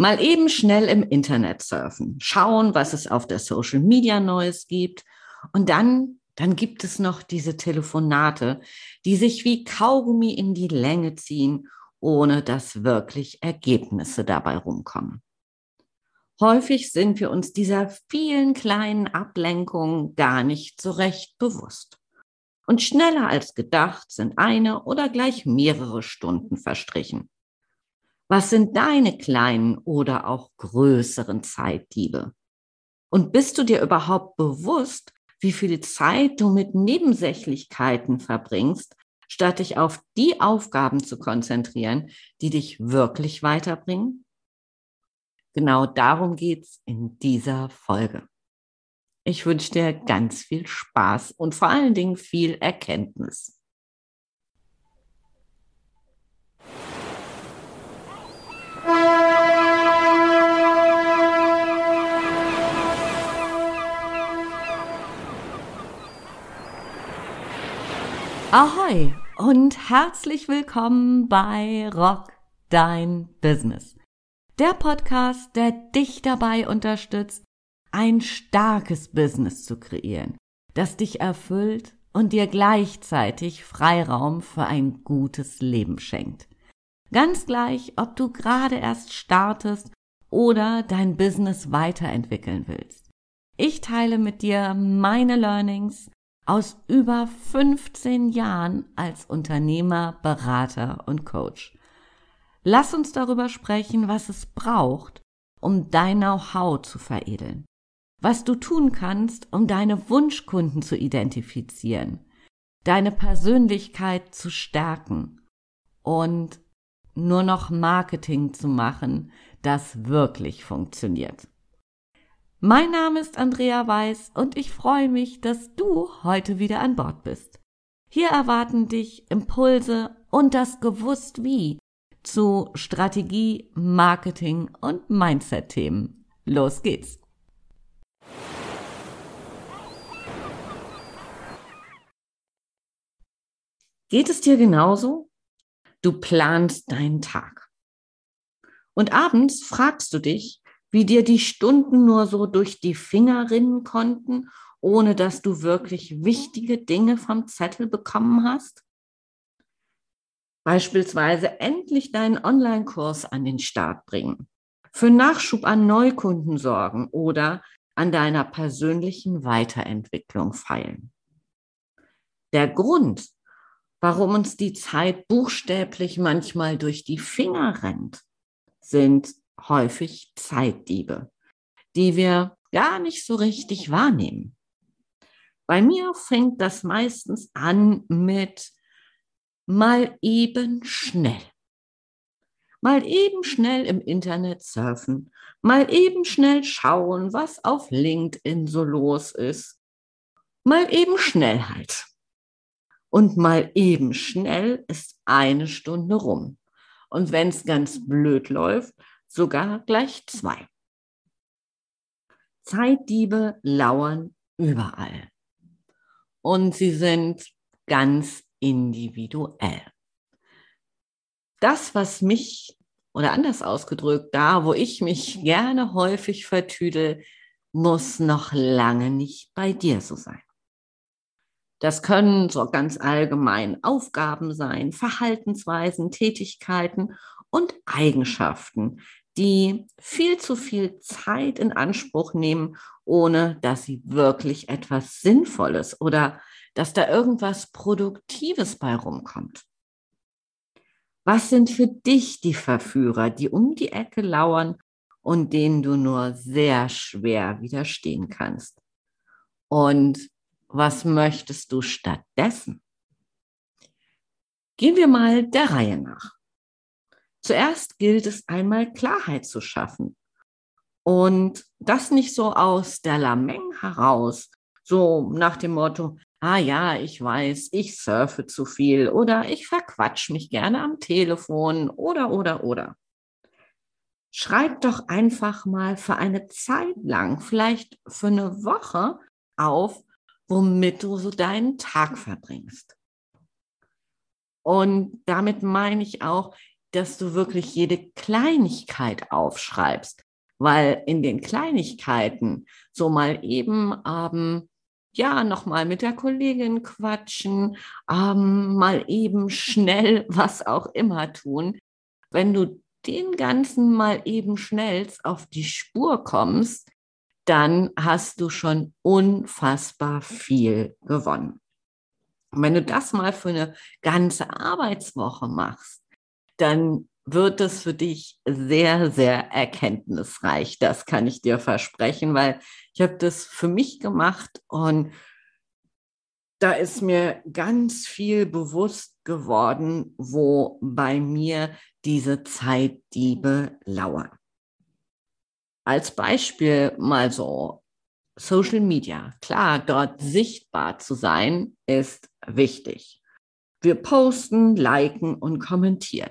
Mal eben schnell im Internet surfen, schauen, was es auf der Social Media Neues gibt. Und dann gibt es noch diese Telefonate, die sich wie Kaugummi in die Länge ziehen, ohne dass wirklich Ergebnisse dabei rumkommen. Häufig sind wir uns dieser vielen kleinen Ablenkungen gar nicht so recht bewusst. Und schneller als gedacht sind eine oder gleich mehrere Stunden verstrichen. Was sind deine kleinen oder auch größeren Zeitdiebe? Und bist du dir überhaupt bewusst, wie viel Zeit du mit Nebensächlichkeiten verbringst, statt dich auf die Aufgaben zu konzentrieren, die dich wirklich weiterbringen? Genau darum geht's in dieser Folge. Ich wünsche dir ganz viel Spaß und vor allen Dingen viel Erkenntnis. Ahoi und herzlich willkommen bei Rock Dein Business. Der Podcast, der dich dabei unterstützt, ein starkes Business zu kreieren, das dich erfüllt und dir gleichzeitig Freiraum für ein gutes Leben schenkt. Ganz gleich, ob du gerade erst startest oder dein Business weiterentwickeln willst. Ich teile mit dir meine Learnings aus über 15 Jahren als Unternehmer, Berater und Coach. Lass uns darüber sprechen, was es braucht, um dein Know-how zu veredeln. Was du tun kannst, um deine Wunschkunden zu identifizieren, deine Persönlichkeit zu stärken und nur noch Marketing zu machen, das wirklich funktioniert. Mein Name ist Andrea Weiß und ich freue mich, dass du heute wieder an Bord bist. Hier erwarten dich Impulse und das Gewusst-Wie zu Strategie, Marketing und Mindset-Themen. Los geht's! Geht es dir genauso? Du planst deinen Tag. Und abends fragst du dich, wie dir die Stunden nur so durch die Finger rinnen konnten, ohne dass du wirklich wichtige Dinge vom Zettel bekommen hast? Beispielsweise endlich deinen Online-Kurs an den Start bringen, für Nachschub an Neukunden sorgen oder an deiner persönlichen Weiterentwicklung feilen. Der Grund, warum uns die Zeit buchstäblich manchmal durch die Finger rennt, sind häufig Zeitdiebe, die wir gar nicht so richtig wahrnehmen. Bei mir fängt das meistens an mit mal eben schnell. Mal eben schnell im Internet surfen, mal eben schnell schauen, was auf LinkedIn so los ist. Mal eben schnell halt. Und mal eben schnell ist eine Stunde rum. Und wenn es ganz blöd läuft, sogar gleich 2. Zeitdiebe lauern überall. Und sie sind ganz individuell. Das, was mich, oder anders ausgedrückt, da, wo ich mich gerne häufig vertüdel, muss noch lange nicht bei dir so sein. Das können so ganz allgemein Aufgaben sein, Verhaltensweisen, Tätigkeiten und Eigenschaften, die viel zu viel Zeit in Anspruch nehmen, ohne dass sie wirklich etwas Sinnvolles oder dass da irgendwas Produktives bei rumkommt. Was sind für dich die Verführer, die um die Ecke lauern und denen du nur sehr schwer widerstehen kannst? Und was möchtest du stattdessen? Gehen wir mal der Reihe nach. Zuerst gilt es einmal Klarheit zu schaffen. Und das nicht so aus der Lameng heraus, so nach dem Motto, ah ja, ich weiß, ich surfe zu viel oder ich verquatsch mich gerne am Telefon oder. Schreib doch einfach mal für eine Zeit lang, vielleicht für eine Woche auf, womit du so deinen Tag verbringst. Und damit meine ich auch, dass du wirklich jede Kleinigkeit aufschreibst, weil in den Kleinigkeiten so mal eben ja, nochmal mit der Kollegin quatschen, mal eben schnell was auch immer tun. Wenn du den Ganzen mal eben schnell auf die Spur kommst, dann hast du schon unfassbar viel gewonnen. Und wenn du das mal für eine ganze Arbeitswoche machst, dann wird es für dich sehr, sehr erkenntnisreich. Das kann ich dir versprechen, weil ich habe das für mich gemacht und da ist mir ganz viel bewusst geworden, wo bei mir diese Zeitdiebe lauern. Als Beispiel mal so Social Media. Klar, dort sichtbar zu sein, ist wichtig. Wir posten, liken und kommentieren.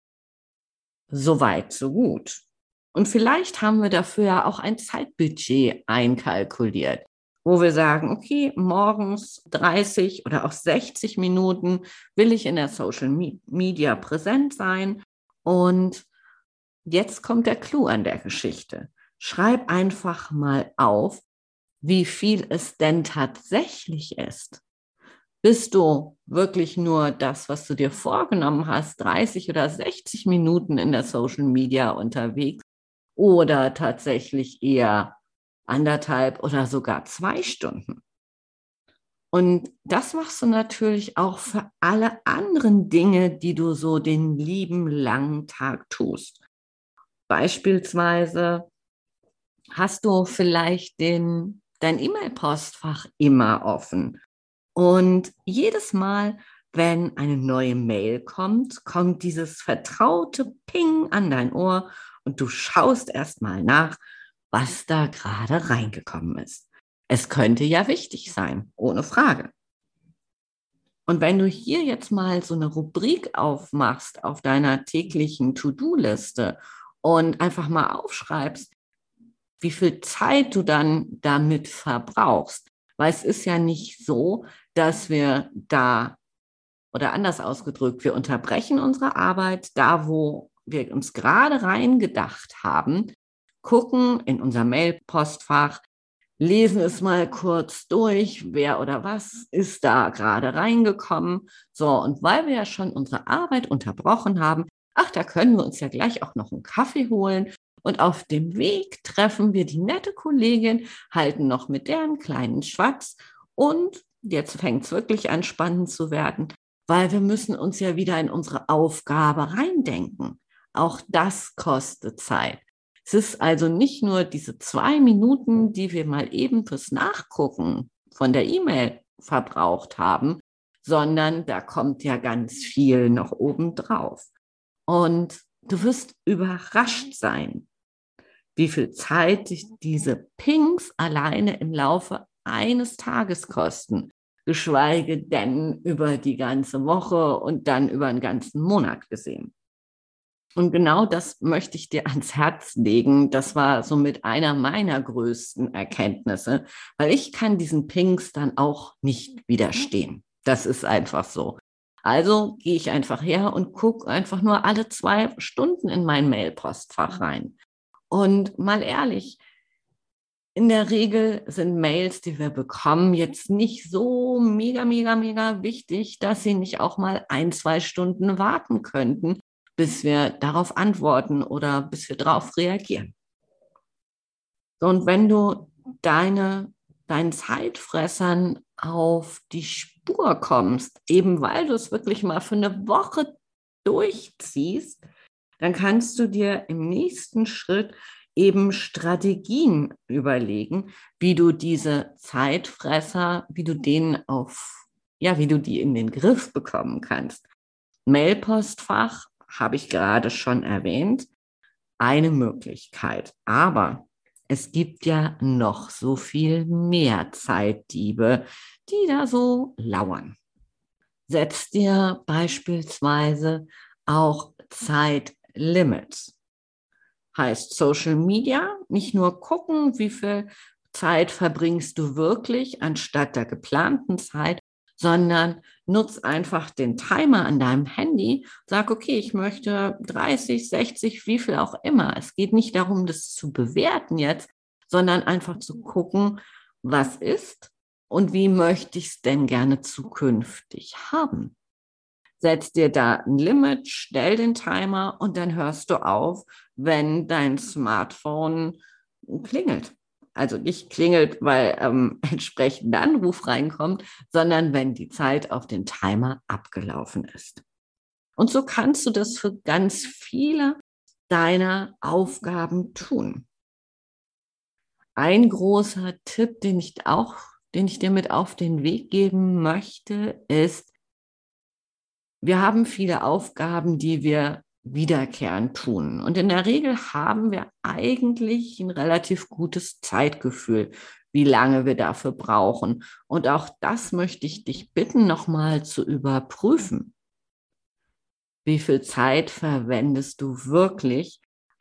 So weit, so gut. Und vielleicht haben wir dafür ja auch ein Zeitbudget einkalkuliert, wo wir sagen, okay, morgens 30 oder auch 60 Minuten will ich in der Social Media präsent sein. Und jetzt kommt der Clou an der Geschichte. Schreib einfach mal auf, wie viel es denn tatsächlich ist. Bist du wirklich nur das, was du dir vorgenommen hast, 30 oder 60 Minuten in der Social Media unterwegs oder tatsächlich eher 1,5 oder sogar 2 Stunden? Und das machst du natürlich auch für alle anderen Dinge, die du so den lieben langen Tag tust. Beispielsweise hast du vielleicht dein E-Mail-Postfach immer offen. Und jedes Mal, wenn eine neue Mail kommt, kommt dieses vertraute Ping an dein Ohr und du schaust erstmal nach, was da gerade reingekommen ist. Es könnte ja wichtig sein, ohne Frage. Und wenn du hier jetzt mal so eine Rubrik aufmachst auf deiner täglichen To-Do-Liste und einfach mal aufschreibst, wie viel Zeit du dann damit verbrauchst. Weil es ist ja nicht so, dass wir da, oder anders ausgedrückt, wir unterbrechen unsere Arbeit da, wo wir uns gerade reingedacht haben, gucken in unser Mail-Postfach, lesen es mal kurz durch, wer oder was ist da gerade reingekommen. So, und weil wir ja schon unsere Arbeit unterbrochen haben, ach, da können wir uns ja gleich auch noch einen Kaffee holen. Und auf dem Weg treffen wir die nette Kollegin, halten noch mit der einen kleinen Schwatz. Und jetzt fängt es wirklich an, spannend zu werden, weil wir müssen uns ja wieder in unsere Aufgabe reindenken. Auch das kostet Zeit. Es ist also nicht nur diese 2 Minuten, die wir mal eben fürs Nachgucken von der E-Mail verbraucht haben, sondern da kommt ja ganz viel noch obendrauf. Und du wirst überrascht sein, wie viel Zeit dich diese Pings alleine im Laufe eines Tages kosten, geschweige denn über die ganze Woche und dann über einen ganzen Monat gesehen. Und genau das möchte ich dir ans Herz legen. Das war somit einer meiner größten Erkenntnisse, weil ich kann diesen Pings dann auch nicht widerstehen. Das ist einfach so. Also gehe ich einfach her und gucke einfach nur alle 2 Stunden in mein Mailpostfach rein. Und mal ehrlich, in der Regel sind Mails, die wir bekommen, jetzt nicht so mega, mega, mega wichtig, dass sie nicht auch mal 1, 2 Stunden warten könnten, bis wir darauf antworten oder bis wir darauf reagieren. So, und wenn du deinen Zeitfressern auf die Spur kommst, eben weil du es wirklich mal für eine Woche durchziehst, dann kannst du dir im nächsten Schritt eben Strategien überlegen, wie du diese Zeitfresser, wie du wie du die in den Griff bekommen kannst. Mailpostfach habe ich gerade schon erwähnt, eine Möglichkeit. Aber es gibt ja noch so viel mehr Zeitdiebe, die da so lauern. Setz dir beispielsweise auch Zeitlimits. Heißt Social Media, nicht nur gucken, wie viel Zeit verbringst du wirklich anstatt der geplanten Zeit, sondern nutz einfach den Timer an deinem Handy, sag, okay, ich möchte 30, 60, wie viel auch immer. Es geht nicht darum, das zu bewerten jetzt, sondern einfach zu gucken, was ist und wie möchte ich es denn gerne zukünftig haben. Setz dir da ein Limit, stell den Timer und dann hörst du auf, wenn dein Smartphone klingelt. Also nicht klingelt, weil entsprechend ein Anruf reinkommt, sondern wenn die Zeit auf den Timer abgelaufen ist. Und so kannst du das für ganz viele deiner Aufgaben tun. Ein großer Tipp, den ich dir mit auf den Weg geben möchte, ist, wir haben viele Aufgaben, die wir wiederkehrend tun. Und in der Regel haben wir eigentlich ein relativ gutes Zeitgefühl, wie lange wir dafür brauchen. Und auch das möchte ich dich bitten, nochmal zu überprüfen. Wie viel Zeit verwendest du wirklich?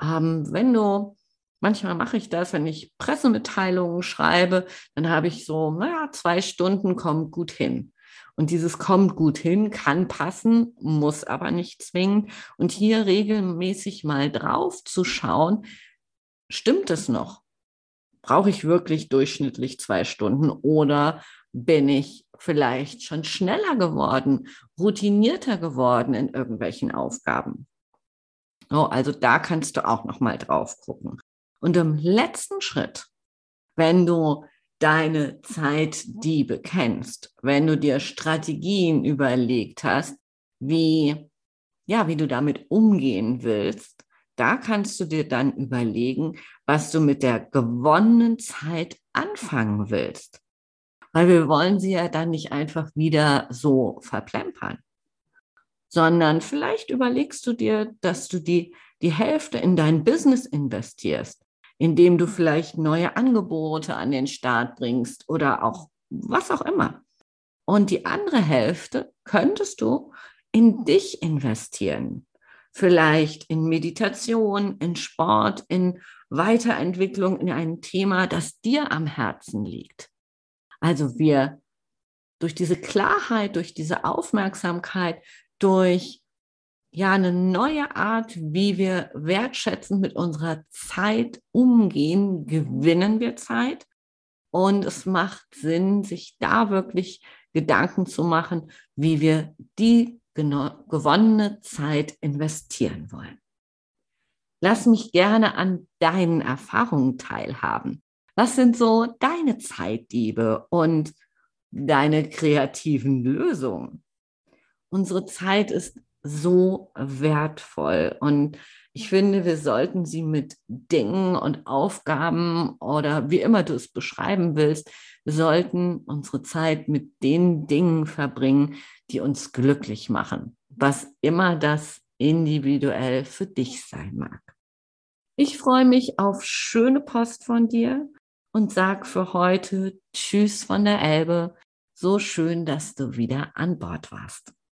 Manchmal mache ich das, wenn ich Pressemitteilungen schreibe, dann habe ich so, 2 Stunden kommt gut hin. Und dieses kommt gut hin kann passen, muss aber nicht zwingend. Und hier regelmäßig mal drauf zu schauen, stimmt es noch? Brauche ich wirklich durchschnittlich 2 Stunden oder bin ich vielleicht schon schneller geworden, routinierter geworden in irgendwelchen Aufgaben? Oh, also da kannst du auch noch mal drauf gucken. Und im letzten Schritt, wenn du deine Zeitdiebe kennst, wenn du dir Strategien überlegt hast, wie du damit umgehen willst, da kannst du dir dann überlegen, was du mit der gewonnenen Zeit anfangen willst. Weil wir wollen sie ja dann nicht einfach wieder so verplempern, sondern vielleicht überlegst du dir, dass du die Hälfte in dein Business investierst, indem du vielleicht neue Angebote an den Start bringst oder auch was auch immer. Und die andere Hälfte könntest du in dich investieren. Vielleicht in Meditation, in Sport, in Weiterentwicklung, in ein Thema, das dir am Herzen liegt. Also wir durch diese Klarheit, durch diese Aufmerksamkeit, durch eine neue Art, wie wir wertschätzend mit unserer Zeit umgehen, gewinnen wir Zeit. Und es macht Sinn, sich da wirklich Gedanken zu machen, wie wir die gewonnene Zeit investieren wollen. Lass mich gerne an deinen Erfahrungen teilhaben. Was sind so deine Zeitdiebe und deine kreativen Lösungen? Unsere Zeit ist so wertvoll und ich finde, wir sollten sie mit Dingen und Aufgaben oder wie immer du es beschreiben willst, wir sollten unsere Zeit mit den Dingen verbringen, die uns glücklich machen, was immer das individuell für dich sein mag. Ich freue mich auf schöne Post von dir und sag für heute Tschüss von der Elbe. So schön, dass du wieder an Bord warst.